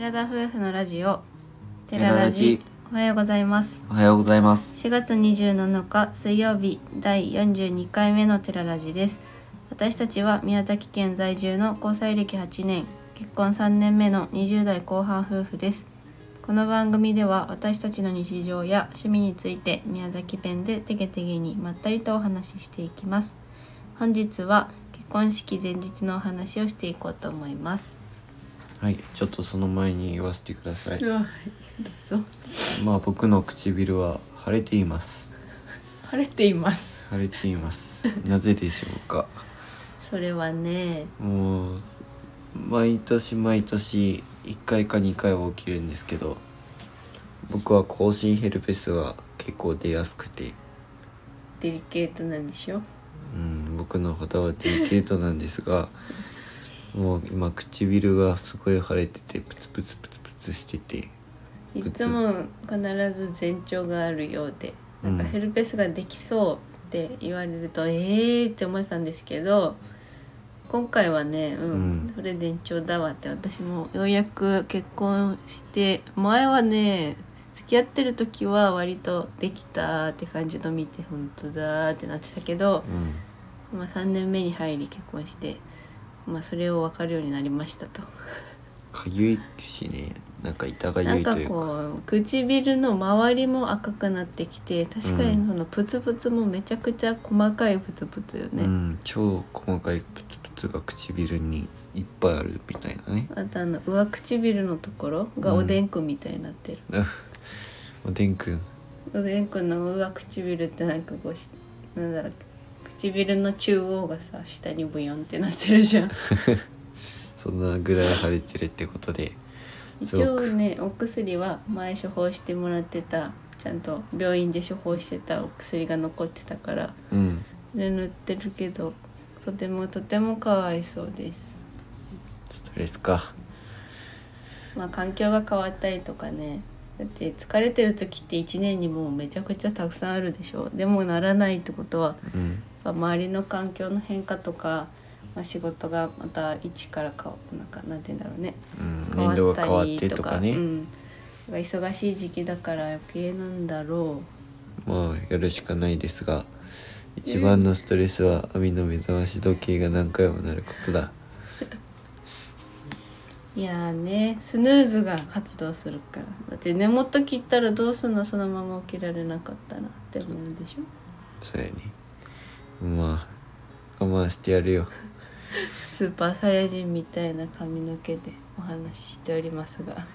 寺田夫婦のラジオテララジ。おはようございます。 おはようございます。 4月27日水曜日第42回目のテララジです。私たちは宮崎県在住の交際歴8年結婚3年目の20代後半夫婦です。この番組では私たちの日常や趣味について宮崎弁でてげてげにまったりとお話ししていきます。本日は結婚式前日のお話をしていこうと思います。 はい、ちょっとその前に言わせてください。 どうぞ。 僕の唇は腫れています。 晴れています。 腫れています。なぜでしょうか。 それはね、 もう毎年1回か2回は起きるんですけど、僕は口唇ヘルペスが結構出やすくて、 デリケートなんでしょ。 僕の肌はデリケートなんですがもう今唇がすごい腫れててプツプツプツプツしてて、 いつも必ず前兆があるようで、なんかヘルペスができそうって言われるとって思ってたんですけど、今回はね、それ前兆だわって私もようやく結婚して、前はね付き合ってる時は割とできたって感じの見て本当だってなってたけど、3年目に入り結婚して、それを分かるようになりましたと。 かゆいしね、なんか痛がゆいというか、 こう唇の周りも赤くなってきて、確かにそのプツプツもめちゃくちゃ細かいプツプツよね。 超細かいプツプツが唇にいっぱいあるみたいなね。 あと上唇のところがおでんくんみたいになってる、 おでんくんの上唇ってなんかこうなんだろう、唇の中央がさ下にブヨンってなってるじゃん。 そんなぐらい腫れてるってことで、 一応ねお薬は前処方してもらってた、ちゃんと病院で処方してたお薬が残ってたから、で塗ってるけど、とてもかわいそうです。 ストレスか。 環境が変わったりとかね、だって疲れてる時って1年にもうめちゃくちゃたくさんあるでしょ。でもならないってことは、周りの環境の変化とか、仕事がまた一からなんて言うんだろうね、 年度が変わってとかね、 忙しい時期だから余計なんだろう。やるしかないですが、一番のストレスは網の目覚まし時計が何回もなることだ。 いやーね、スヌーズが発動するから。だって根元切ったらどうすんの、そのまま起きられなかったらって思うでしょ。 そうやね。我慢してやるよ。 スーパーサイヤ人みたいな髪の毛でお話ししておりますが、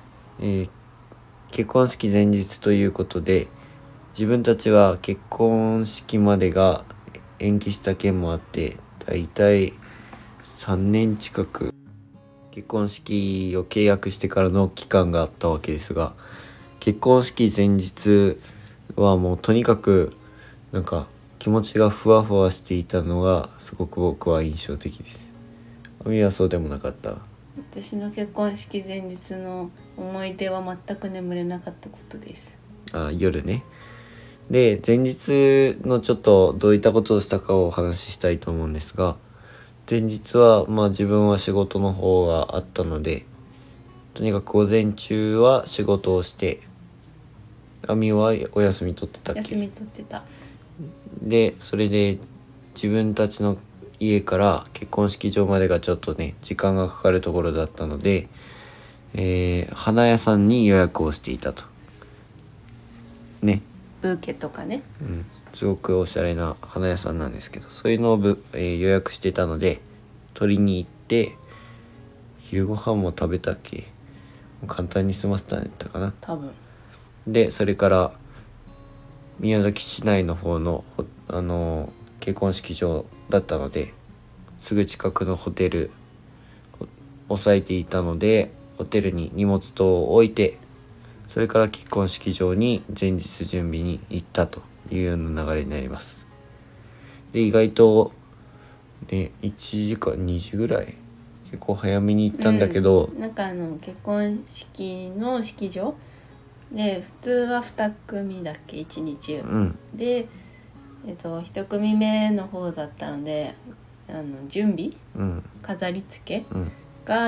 結婚式前日ということで、自分たちは結婚式までが延期した件もあって、だいたい3年近く結婚式を契約してからの期間があったわけですが、結婚式前日はもうとにかくなんか気持ちがふわふわしていたのがすごく僕は印象的です。あみはそうでもなかった？ 私の結婚式前日の思い出は全く眠れなかったことです。 夜ね。で、前日のちょっとどういったことをしたかをお話ししたいと思うんですが、前日は自分は仕事の方があったので、とにかく午前中は仕事をして、あみはお休み取ってたっけ？ 休み取ってた。 で、それで自分たちの家から結婚式場までがちょっとね時間がかかるところだったので、花屋さんに予約をしていたとね。 ブーケとかね、 すごくおしゃれな花屋さんなんですけど、そういうのを予約してたので取りに行って、昼ご飯も食べたっけ、簡単に済ませたんやったかな多分。 で、それから宮崎市内の方の結婚式場だったので、すぐ近くのホテルを押さえていたので、ホテルに荷物等を置いて、それから結婚式場に前日準備に行ったというような流れになります。で、意外とね1時か2時ぐらい結構早めに行ったんだけど、 なんか結婚式の式場で普通は2組だっけ1日、で、1組目の方だったので準備、飾り付けが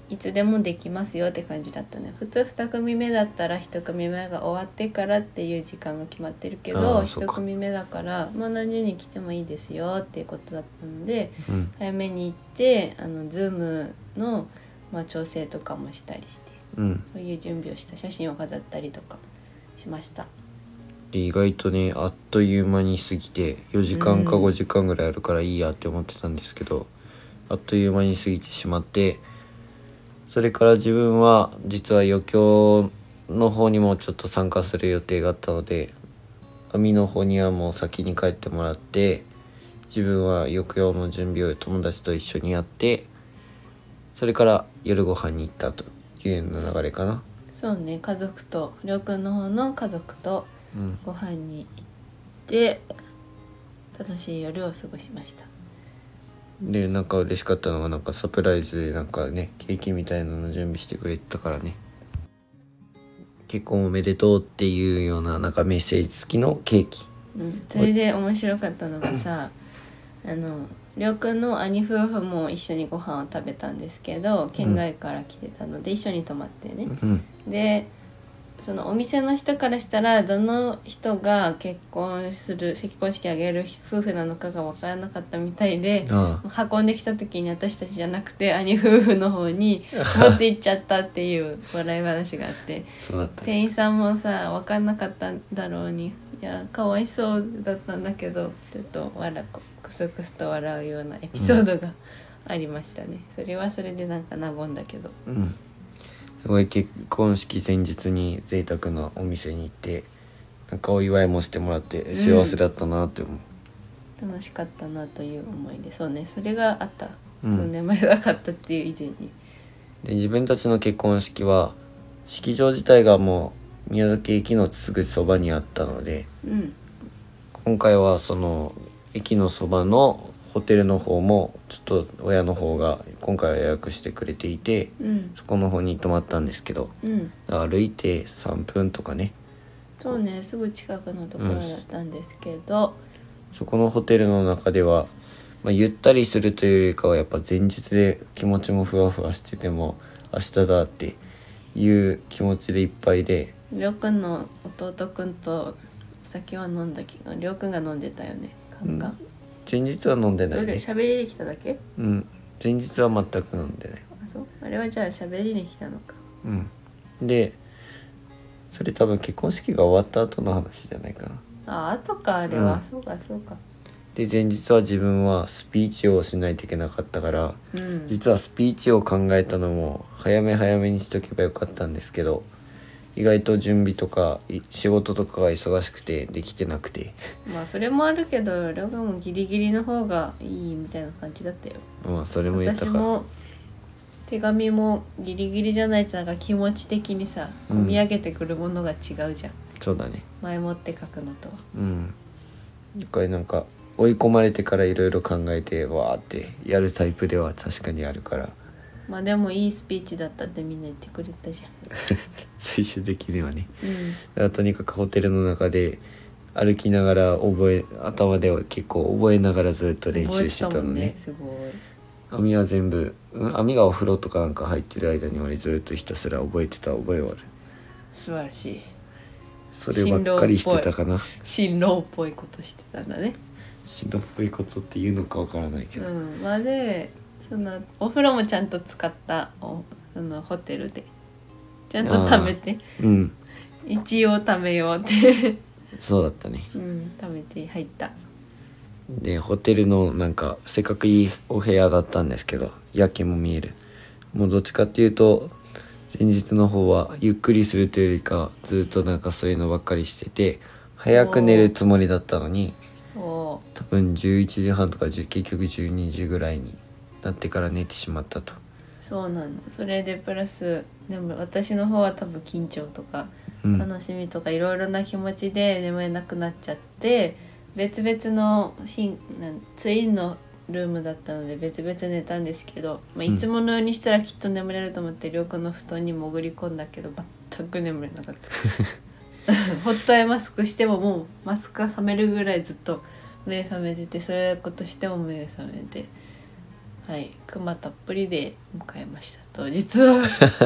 いつでもできますよって感じだったね。普通2組目だったら1組目が終わってからっていう時間が決まってるけど、1組目だからまあ何時に来てもいいですよっていうことだったので、早めに行ってZoom の、調整とかもしたりして、そういう準備をした。写真を飾ったりとかしました。 で意外とねあっという間に過ぎて、4時間か5時間ぐらいあるからいいやって思ってたんですけど、あっという間に過ぎてしまって、それから自分は実は余興の方にもちょっと参加する予定があったので、網の方にはもう先に帰ってもらって、自分は余興の準備を友達と一緒にやって、それから夜ご飯に行ったというような流れかな。 そうね、家族とりょうくんの方の家族とご飯に行って、楽しい夜を過ごしました。 でなんか嬉しかったのが、なんかサプライズでなんかねケーキみたいなの準備してくれてたからね、結婚おめでとうっていうようななんかメッセージ付きのケーキ。 それで面白かったのがさりょうくんの兄夫婦も一緒にご飯を食べたんですけど、県外から来てたので一緒に泊まってね、でそのお店の人からしたらどの人が結婚式あげる夫婦なのかが分からなかったみたいで、運んできた時に私たちじゃなくて兄夫婦の方に持って行っちゃったっていう笑い話があってそうだったね、 店員さんもさ分かんなかったんだろうに、いやかわいそうだったんだけど、ちょっとクスクスと笑うようなエピソードがありましたね。それはそれでなんか和んだけど、 すごい結婚式前日に贅沢なお店に行って、なんかお祝いもしてもらって幸せだったなって思う、 楽しかったなという思いで、そうね、それがあった、数年前なかったっていう以前に。 で自分たちの結婚式は式場自体がもう宮崎駅のすぐそばにあったので、今回はその駅のそばのホテルの方もちょっと親の方が今回は予約してくれていて、そこの方に泊まったんですけど、歩いて3分とかね。 そうね、すぐ近くのところだったんですけど、 そこのホテルの中では、ゆったりするというよりかはやっぱ前日で気持ちもふわふわしてて、も明日だっていう気持ちでいっぱいで、 りょうくんの弟くんとお酒は飲んだけど、りょうくんが飲んでたよね、カンカン。 前日は飲んでないね。 喋りに来ただけ？ 前日は全く飲んでない。 あれはじゃあ喋りに来たのか。 でそれ多分結婚式が終わった後の話じゃないかな。 後かあれは、そうか。 で前日は自分はスピーチをしないといけなかったから、実はスピーチを考えたのも早めにしとけばよかったんですけど、意外と準備とか仕事とかが忙しくてできてなくて、 それもあるけどりょうくんもギリギリの方がいいみたいな感じだったよ。 それも言ったから、 私も手紙もギリギリじゃないとなんか気持ち的にさ、込み上げてくるものが違うじゃん。 そうだね。 前もって書くのとは。 これなんか追い込まれてからいろいろ考えてわーってやるタイプでは確かにあるから。 でもいいスピーチだったってみんな言ってくれたじゃん。 最終的にはね。だからとにかくホテルの中で歩きながら頭では結構覚えながらずっと練習してたのね。 すごい。 網は全部、網がお風呂とかなんか入ってる間に俺ずっとひたすら覚え終わる。 素晴らしい。 そればっかりしてたかな。 新郎っぽいことしてたんだね。 新郎っぽいことって言うのかわからないけど。 でそのお風呂もちゃんと使ったそのホテルでちゃんと貯めて、一応貯めようってそうだったね。 貯めて入った。 でホテルのなんかせっかくいいお部屋だったんですけど、夜景も見える。もうどっちかっていうと前日の方はゆっくりするというよりかずっとなんかそういうのばっかりしてて、早く寝るつもりだったのに多分11時半とか結局12時ぐらいになってから寝てしまったと。 そうなの。それでプラスでも私の方は多分緊張とか楽しみとかいろいろな気持ちで眠れなくなっちゃって、別々のツインのルームだったので別々寝たんですけど、いつものようにしたらきっと眠れると思ってりょうくんの布団に潜り込んだけど全く眠れなかったホットアイマスクしてももうマスクが覚めるぐらいずっと目覚めてて、そういうことしても目覚めて、クマたっぷりで迎えました。 当日は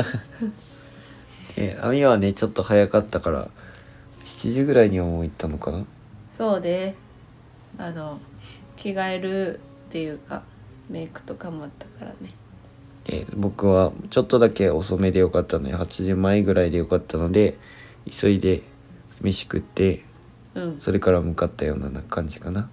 網はねちょっと早かったから7時ぐらいにはもう行ったのかな。 そうで着替えるっていうかメイクとかもあったからね。 僕はちょっとだけ遅めでよかったので8時前ぐらいでよかったので急いで飯食って、それから向かったような感じかな。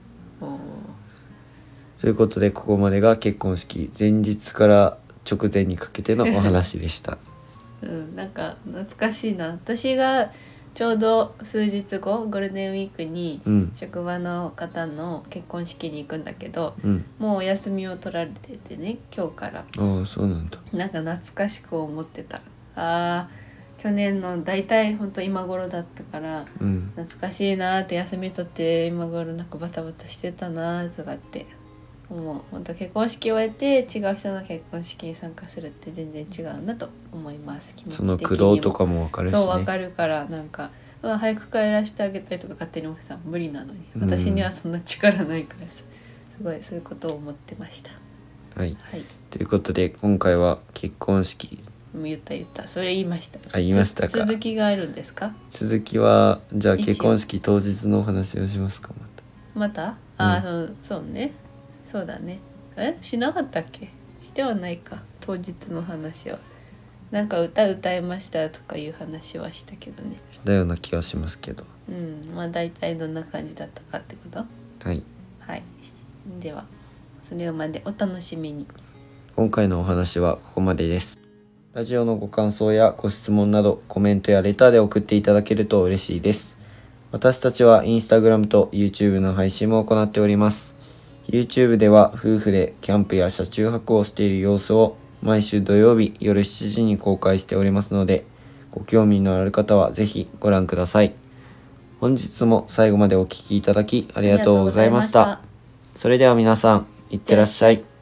ということでここまでが結婚式前日から直前にかけてのお話でしたなんか懐かしいな。私がちょうど数日後ゴールデンウィークに職場の方の結婚式に行くんだけど、もうお休みを取られててね今日から。 ああそうなんだ。 なんか懐かしく思ってた。去年の大体ほんと今頃だったから、懐かしいなって休み取って今頃なんかバタバタしてたなとかってもう本当結婚式を終えて違う人の結婚式に参加するって全然違うなと思います。気持ち的にもその苦労とかも分かるしね。 そう分かるからなんか早く帰らせてあげたいとか勝手に思ってた無理なのに私にはそんな力ないからさ、すごいそういうことを思ってました。 はい、ということで今回は結婚式言ったそれ言いました。 言いましたか。 続きがあるんですか。 続きはじゃあ結婚式当日のお話をしますか。 またそうねそうだね。しなかったっけ。してはないか。当日の話はなんか歌いましたとかいう話はしたけどね。 したような気がしますけど。 まあ大体どんな感じだったかってこと。はいではそれまでお楽しみに。 今回のお話はここまでです。ラジオのご感想やご質問などコメントやレターで送っていただけると嬉しいです。私たちはインスタグラムと YouTube の配信も行っております。YouTube では夫婦でキャンプや車中泊をしている様子を毎週土曜日夜7時に公開しておりますので、ご興味のある方はぜひご覧ください。本日も最後までお聞きいただきありがとうございました。それでは皆さん、いってらっしゃい。